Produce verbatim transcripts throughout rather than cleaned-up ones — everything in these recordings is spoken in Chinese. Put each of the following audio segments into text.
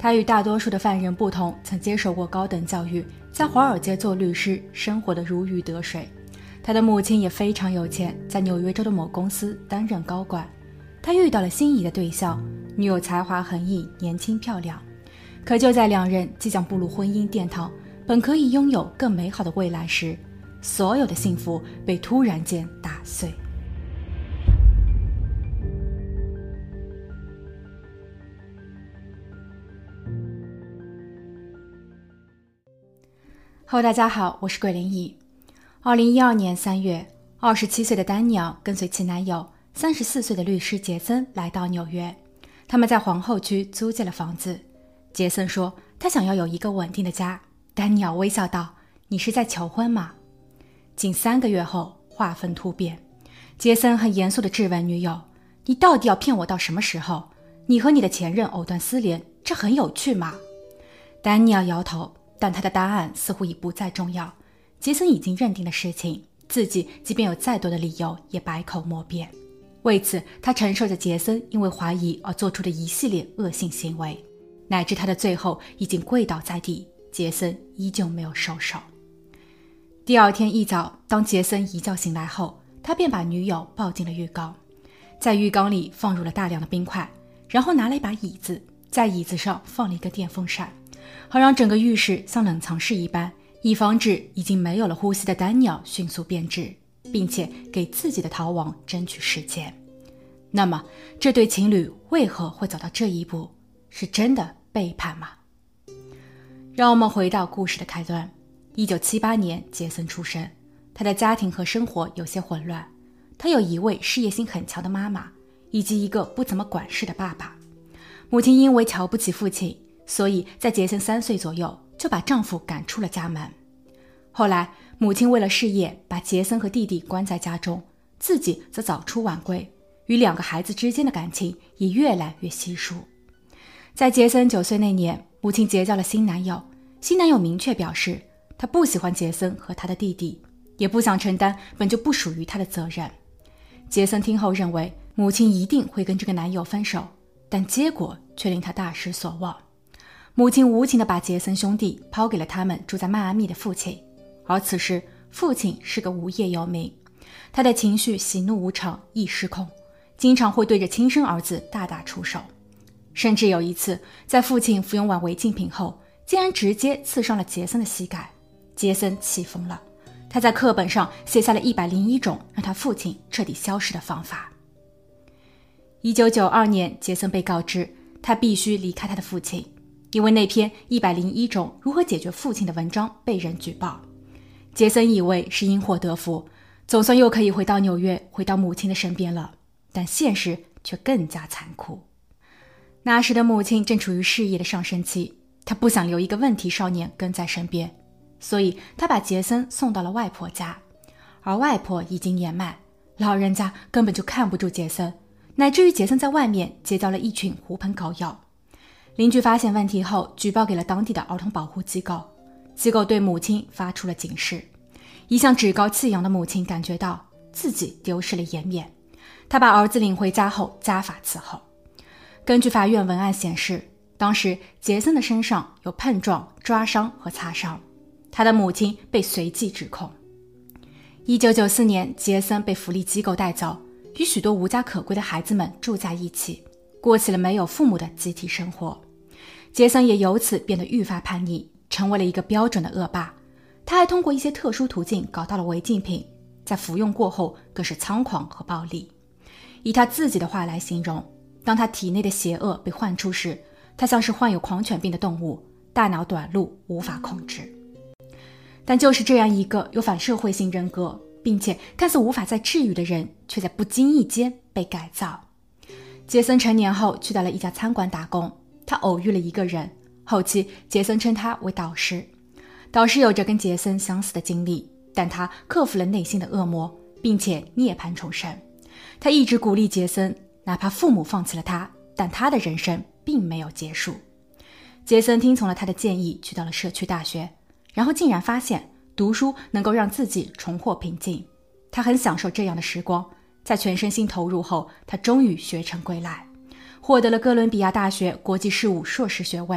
他与大多数的犯人不同，曾接受过高等教育，在华尔街做律师，生活得如鱼得水。他的母亲也非常有钱，在纽约州的某公司担任高管。他遇到了心仪的对象，女友才华横溢，年轻漂亮。可就在两人即将步入婚姻殿堂，本可以拥有更美好的未来时，所有的幸福被突然间打碎。Hello， 大家好，我是桂林乙。二零一二年三月，二十七岁的丹尼尔跟随其男友三十四岁的律师杰森来到纽约，他们在皇后区租借了房子。杰森说他想要有一个稳定的家，丹尼尔微笑道：“你是在求婚吗？”仅三个月后，画风突变，杰森很严肃地质问女友：“你到底要骗我到什么时候？你和你的前任藕断丝连，这很有趣吗？”丹尼尔摇头，但他的答案似乎已不再重要。杰森已经认定的事情，自己即便有再多的理由也百口莫辩。为此，他承受着杰森因为怀疑而做出的一系列恶性行为，乃至他的最后已经跪倒在地，杰森依旧没有收手。第二天一早，当杰森一觉醒来后，他便把女友抱进了浴缸，在浴缸里放入了大量的冰块，然后拿了一把椅子，在椅子上放了一个电风扇，好让整个浴室像冷藏室一般，以防止已经没有了呼吸的丹尼尔迅速变质，并且给自己的逃亡争取时间。那么，这对情侣为何会走到这一步？是真的背叛吗？让我们回到故事的开端。一九七八年，杰森出生，他的家庭和生活有些混乱。他有一位事业心很强的妈妈，以及一个不怎么管事的爸爸。母亲因为瞧不起父亲，所以在杰森三岁左右就把丈夫赶出了家门。后来，母亲为了事业，把杰森和弟弟关在家中，自己则早出晚归，与两个孩子之间的感情也越来越稀疏。在杰森九岁那年，母亲结交了新男友，新男友明确表示，他不喜欢杰森和他的弟弟，也不想承担本就不属于他的责任。杰森听后认为母亲一定会跟这个男友分手，但结果却令他大失所望。母亲无情地把杰森兄弟抛给了他们住在迈阿密的父亲，而此时父亲是个无业游民，他的情绪喜怒无常，易失控，经常会对着亲生儿子大打出手。甚至有一次，在父亲服用完违禁品后，竟然直接刺伤了杰森的膝盖。杰森气疯了，他在课本上写下了一百零一种让他父亲彻底消失的方法。一九九二年，杰森被告知他必须离开他的父亲，因为那篇一百零一种如何解决父亲的文章被人举报。杰森以为是因祸得福，总算又可以回到纽约，回到母亲的身边了，但现实却更加残酷。那时的母亲正处于事业的上升期，她不想留一个问题少年跟在身边，所以她把杰森送到了外婆家。而外婆已经年迈，老人家根本就看不住杰森，乃至于杰森在外面结交了一群狐朋狗友。邻居发现问题后，举报给了当地的儿童保护机构，机构对母亲发出了警示。一向趾高气扬的母亲感觉到自己丢失了颜面，她把儿子领回家后家法伺候。根据法院文案显示，当时杰森的身上有碰撞、抓伤和擦伤，他的母亲被随即指控。一九九四年，杰森被福利机构带走，与许多无家可归的孩子们住在一起，过起了没有父母的集体生活。杰森也由此变得愈发叛逆，成为了一个标准的恶霸。他还通过一些特殊途径搞到了违禁品，在服用过后更是猖狂和暴力。以他自己的话来形容，当他体内的邪恶被唤出时，他像是患有狂犬病的动物，大脑短路，无法控制。但就是这样一个有反社会性人格，并且看似无法再治愈的人，却在不经意间被改造。杰森成年后去到了一家餐馆打工，他偶遇了一个人，后期杰森称他为导师。导师有着跟杰森相似的经历，但他克服了内心的恶魔，并且涅槃重生。他一直鼓励杰森，哪怕父母放弃了他，但他的人生并没有结束。杰森听从了他的建议，去到了社区大学，然后竟然发现读书能够让自己重获平静。他很享受这样的时光，在全身心投入后，他终于学成归来，获得了哥伦比亚大学国际事务硕士学位，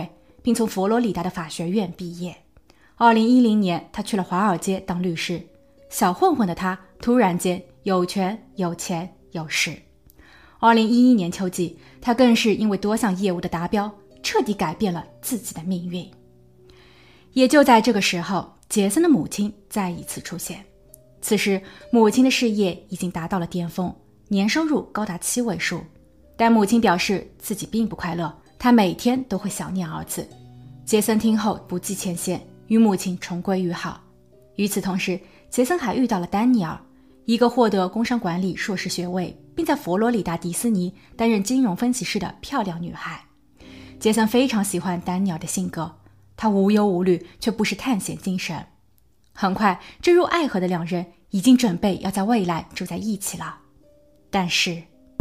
并从佛罗里达的法学院毕业。二零一零年，他去了华尔街当律师。小混混的他突然间有权、有钱、有势。二零一一年秋季，他更是因为多项业务的达标，彻底改变了自己的命运。也就在这个时候，杰森的母亲再一次出现。此时，母亲的事业已经达到了巅峰，年收入高达七位数。但母亲表示自己并不快乐，她每天都会想念儿子。杰森听后不计前嫌，与母亲重归于好。与此同时，杰森还遇到了丹尼尔，一个获得工商管理硕士学位，并在佛罗里达迪士尼担任金融分析师的漂亮女孩。杰森非常喜欢丹尼尔的性格，他无忧无虑，却不失探险精神。很快，坠入爱河的两人已经准备要在未来住在一起了。但是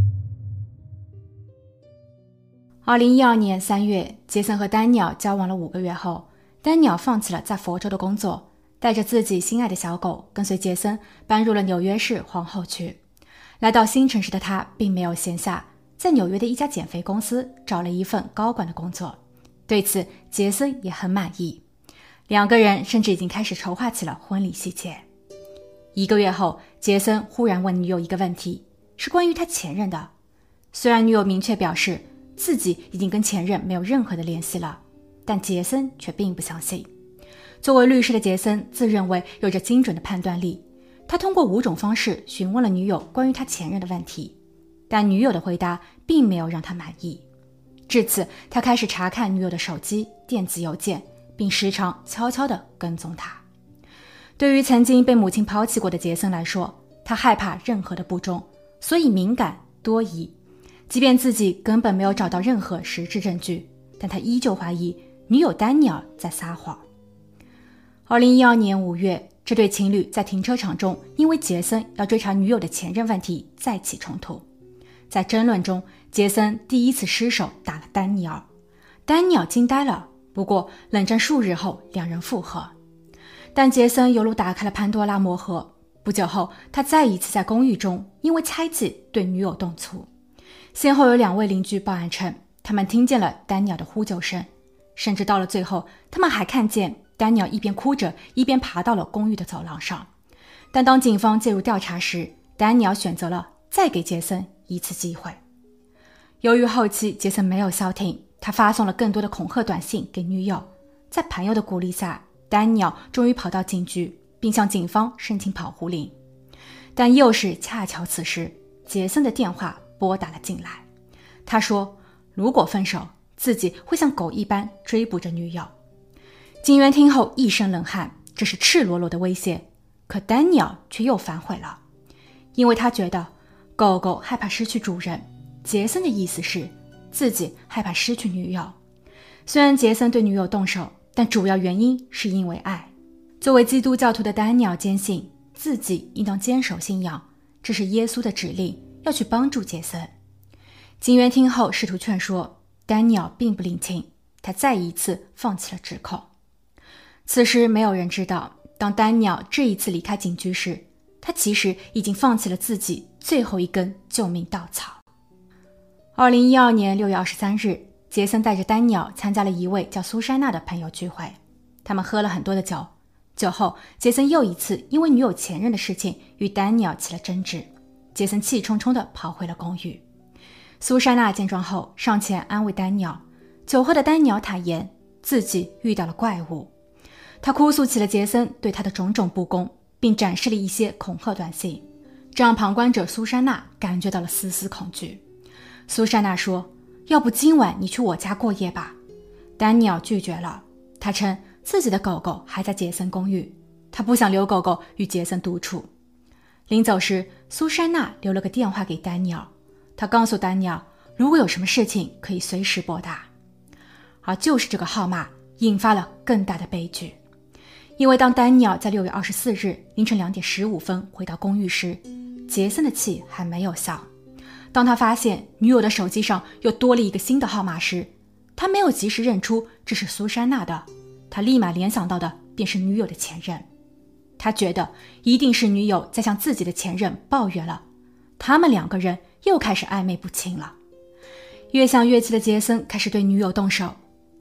二零一二年三月，杰森和丹尼尔交往了五个月后，丹尼尔放弃了在佛州的工作，带着自己心爱的小狗，跟随杰森搬入了纽约市皇后区。来到新城市的他并没有闲下，在纽约的一家减肥公司找了一份高管的工作。对此，杰森也很满意。两个人甚至已经开始筹划起了婚礼细节。一个月后，杰森忽然问女友一个问题，是关于他前任的。虽然女友明确表示自己已经跟前任没有任何的联系了，但杰森却并不相信。作为律师的杰森自认为有着精准的判断力，他通过五种方式询问了女友关于他前任的问题，但女友的回答并没有让他满意。至此，他开始查看女友的手机、电子邮件，并时常悄悄地跟踪她。对于曾经被母亲抛弃过的杰森来说，他害怕任何的不忠，所以敏感多疑。即便自己根本没有找到任何实质证据，但他依旧怀疑女友丹尼尔在撒谎。二零一二年五月，这对情侣在停车场中因为杰森要追查女友的前任问题再起冲突。在争论中，杰森第一次失手打了丹尼尔，丹尼尔惊呆了，不过冷战数日后两人复合。但杰森犹如打开了潘多拉魔盒，不久后他再一次在公寓中因为猜忌对女友动粗。先后有两位邻居报案称，他们听见了丹尼尔的呼救声，甚至到了最后，他们还看见丹尼尔一边哭着一边爬到了公寓的走廊上。但当警方介入调查时，丹尼尔选择了再给杰森一次机会。由于后期杰森没有消停，他发送了更多的恐吓短信给女友。在朋友的鼓励下，丹尼尔终于跑到警局，并向警方申请保护令。但又是恰巧此时，杰森的电话拨打了进来。他说如果分手，自己会像狗一般追捕着女友。警员听后一身冷汗，这是赤裸裸的威胁。可丹尼尔却又反悔了，因为他觉得狗狗害怕失去主人，杰森的意思是自己害怕失去女友。虽然杰森对女友动手，但主要原因是因为爱。作为基督教徒的丹尼尔坚信自己应当坚守信仰，这是耶稣的指令，要去帮助杰森。警员听后试图劝说，丹尼尔并不领情，他再一次放弃了指控。此时没有人知道，当丹尼尔这一次离开警局时，他其实已经放弃了自己最后一根救命稻草。二零一二年六月二十三日，杰森带着丹尼尔参加了一位叫苏珊娜的朋友聚会，他们喝了很多的酒。酒后，杰森又一次因为女友前任的事情与丹尼尔起了争执，杰森气冲冲地跑回了公寓。苏珊娜见状后上前安慰丹尼尔，酒后的丹尼尔坦言自己遇到了怪物，他哭诉起了杰森对他的种种不公，并展示了一些恐吓短信，这让旁观者苏珊娜感觉到了丝丝恐惧。苏珊娜说，要不今晚你去我家过夜吧。丹尼尔拒绝了，他称自己的狗狗还在杰森公寓，他不想留狗狗与杰森独处。临走时，苏珊娜留了个电话给丹尼尔，他告诉丹尼尔如果有什么事情可以随时拨打。而就是这个号码引发了更大的悲剧，因为当丹尼尔在六月二十四日凌晨两点十五分回到公寓时，杰森的气还没有消。当他发现女友的手机上又多了一个新的号码时，他没有及时认出这是苏珊娜的，他立马联想到的便是女友的前任。他觉得一定是女友在向自己的前任抱怨了，他们两个人又开始暧昧不清了。越想越气的杰森开始对女友动手，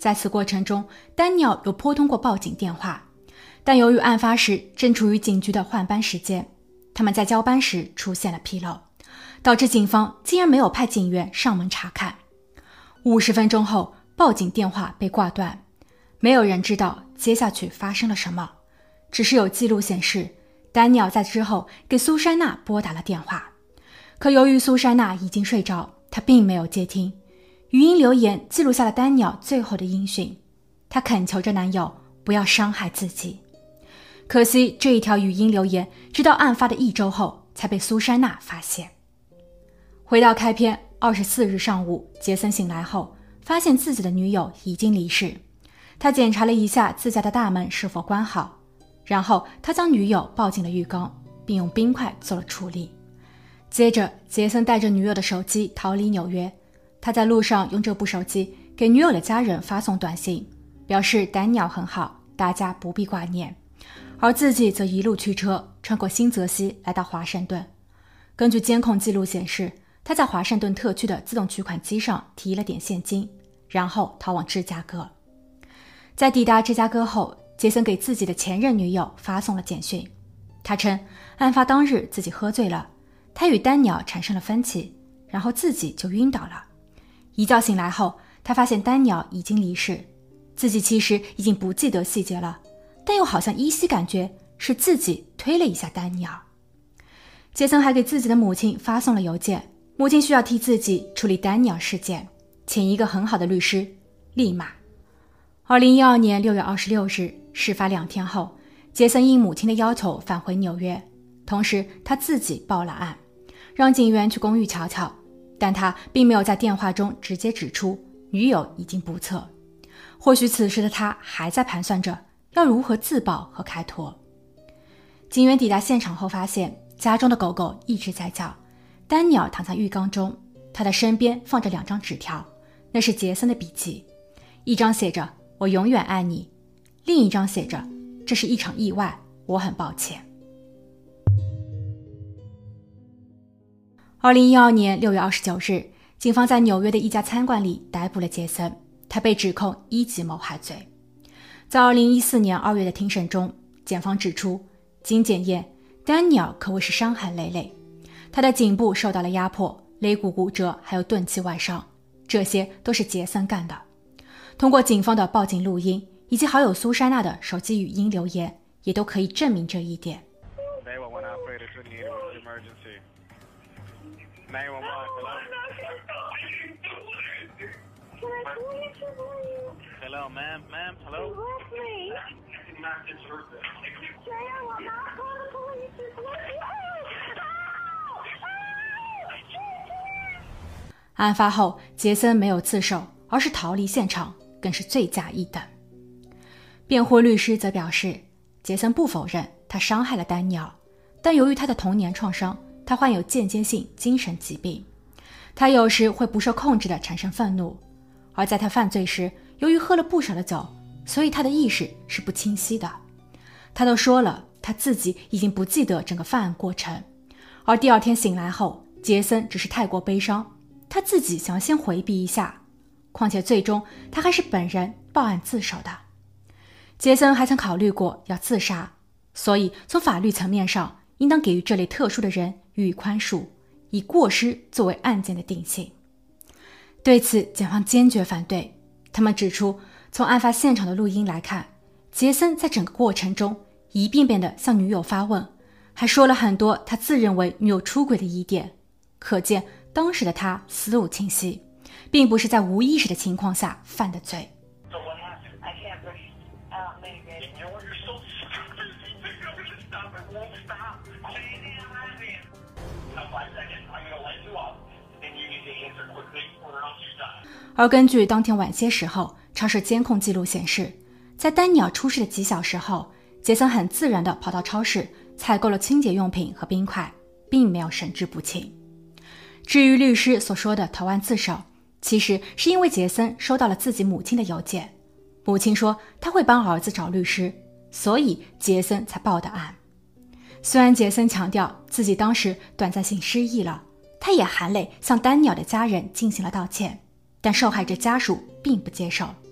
在此过程中，丹尼尔有拨通过报警电话，但由于案发时正处于警局的换班时间，他们在交班时出现了纰漏，导致警方竟然没有派警员上门查看。五十分钟后，报警电话被挂断，没有人知道接下去发生了什么，只是有记录显示，丹尼尔在之后给苏珊娜拨打了电话，可由于苏珊娜已经睡着，他并没有接听。语音留言记录下了丹尼尔最后的音讯，他恳求着男友不要伤害自己。可惜这一条语音留言直到案发的一周后才被苏珊娜发现。回到开篇，二十四日上午，杰森醒来后发现自己的女友已经离世，他检查了一下自家的大门是否关好，然后他将女友抱进了浴缸，并用冰块做了处理。接着杰森带着女友的手机逃离纽约，他在路上用这部手机给女友的家人发送短信，表示丹尼尔很好，大家不必挂念，而自己则一路驱车穿过新泽西来到华盛顿。根据监控记录显示，他在华盛顿特区的自动取款机上提了点现金，然后逃往芝加哥。在抵达芝加哥后，杰森给自己的前任女友发送了简讯，他称案发当日自己喝醉了，他与丹尼尔产生了分歧，然后自己就晕倒了。一觉醒来后，他发现丹尼尔已经离世，自己其实已经不记得细节了，但又好像依稀感觉是自己推了一下丹尼尔。杰森还给自己的母亲发送了邮件，母亲需要替自己处理丹尼尔事件，请一个很好的律师，立马。二零一二年六月二十六日，事发两天后，杰森应母亲的要求返回纽约，同时他自己报了案，让警员去公寓瞧瞧，但他并没有在电话中直接指出女友已经不测。或许此时的他还在盘算着要如何自保和开脱。警员抵达现场后发现家中的狗狗一直在叫，丹尼尔躺在浴缸中，他的身边放着两张纸条，那是杰森的笔记，一张写着我永远爱你，另一张写着这是一场意外，我很抱歉。二零一二年六月二十九日，警方在纽约的一家餐馆里逮捕了杰森，他被指控一级谋害罪。在二零一四年二月的庭审中，检方指出，经检验，丹尼尔可谓是伤痕累累，他的颈部受到了压迫，肋骨骨折，还有钝器外伤，这些都是杰森干的。通过警方的报警录音以及好友苏珊娜的手机语音留言，也都可以证明这一点。 Hello, ma'am, ma'am, hello. Hello. 案发后，杰森没有自首，而是逃离现场，更是罪加一等。辩护律师则表示，杰森不否认他伤害了丹尼尔，但由于他的童年创伤，他患有间接性精神疾病，他有时会不受控制地产生愤怒，而在他犯罪时，由于喝了不少的酒，所以他的意识是不清晰的。他都说了，他自己已经不记得整个犯案过程，而第二天醒来后，杰森只是太过悲伤，他自己想要先回避一下，况且最终他还是本人报案自首的。杰森还曾考虑过要自杀，所以从法律层面上，应当给予这类特殊的人予以宽恕，以过失作为案件的定性。对此，检方坚决反对。他们指出，从案发现场的录音来看，杰森在整个过程中一遍遍地向女友发问，还说了很多他自认为女友出轨的疑点，可见当时的他思路清晰，并不是在无意识的情况下犯的罪。而根据当天晚些时候超市监控记录显示，在丹尼尔出事的几小时后，杰森很自然地跑到超市采购了清洁用品和冰块，并没有神志不清。至于律师所说的投案自首，其实是因为杰森收到了自己母亲的邮件，母亲说他会帮儿子找律师，所以杰森才报的案。虽然杰森强调自己当时短暂性失忆了，他也含泪向丹尼尔的家人进行了道歉，但受害者家属并不接受，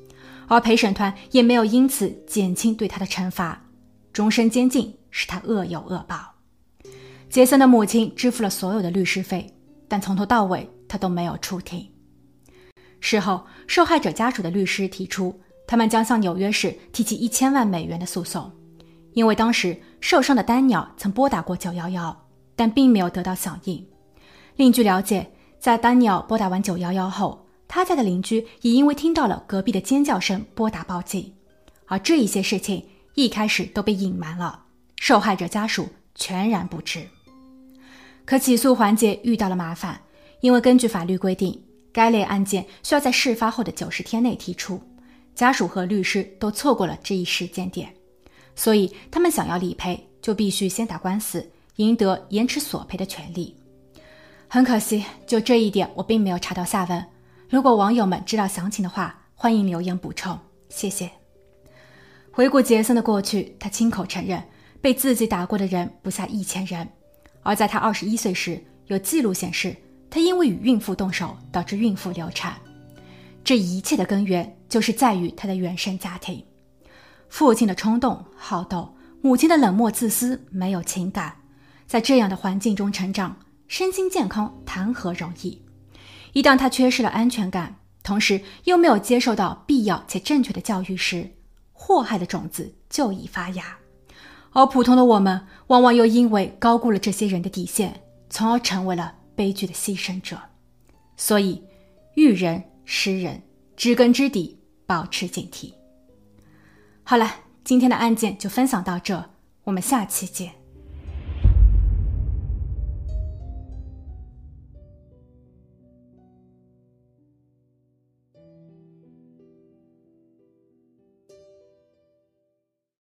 而陪审团也没有因此减轻对他的惩罚，终身监禁使他恶有恶报。杰森的母亲支付了所有的律师费，但从头到尾他都没有出庭。事后，受害者家属的律师提出，他们将向纽约市提起一千万美元的诉讼，因为当时受伤的丹鸟曾拨打过九一一，但并没有得到响应。另据了解，在丹鸟拨打完九一一后，他家的邻居也因为听到了隔壁的尖叫声拨打报警，而这一些事情一开始都被隐瞒了，受害者家属全然不知。可起诉环节遇到了麻烦，因为根据法律规定，该类案件需要在事发后的九十天内提出，家属和律师都错过了这一时间点，所以他们想要理赔，就必须先打官司，赢得延迟索赔的权利。很可惜，就这一点我并没有查到下文，如果网友们知道详情的话，欢迎留言补充，谢谢。回顾杰森的过去，他亲口承认被自己打过的人不下一千人，而在他二十一岁时，有记录显示他因为与孕妇动手导致孕妇流产。这一切的根源就是在于他的原生家庭，父亲的冲动好斗，母亲的冷漠自私，没有情感，在这样的环境中成长，身心健康谈何容易。一旦他缺失了安全感，同时又没有接受到必要且正确的教育时，祸害的种子就已发芽。而普通的我们往往又因为高估了这些人的底线，从而成为了悲剧的牺牲者。所以遇人识人，知根知底，保持警惕。好了，今天的案件就分享到这，我们下期见。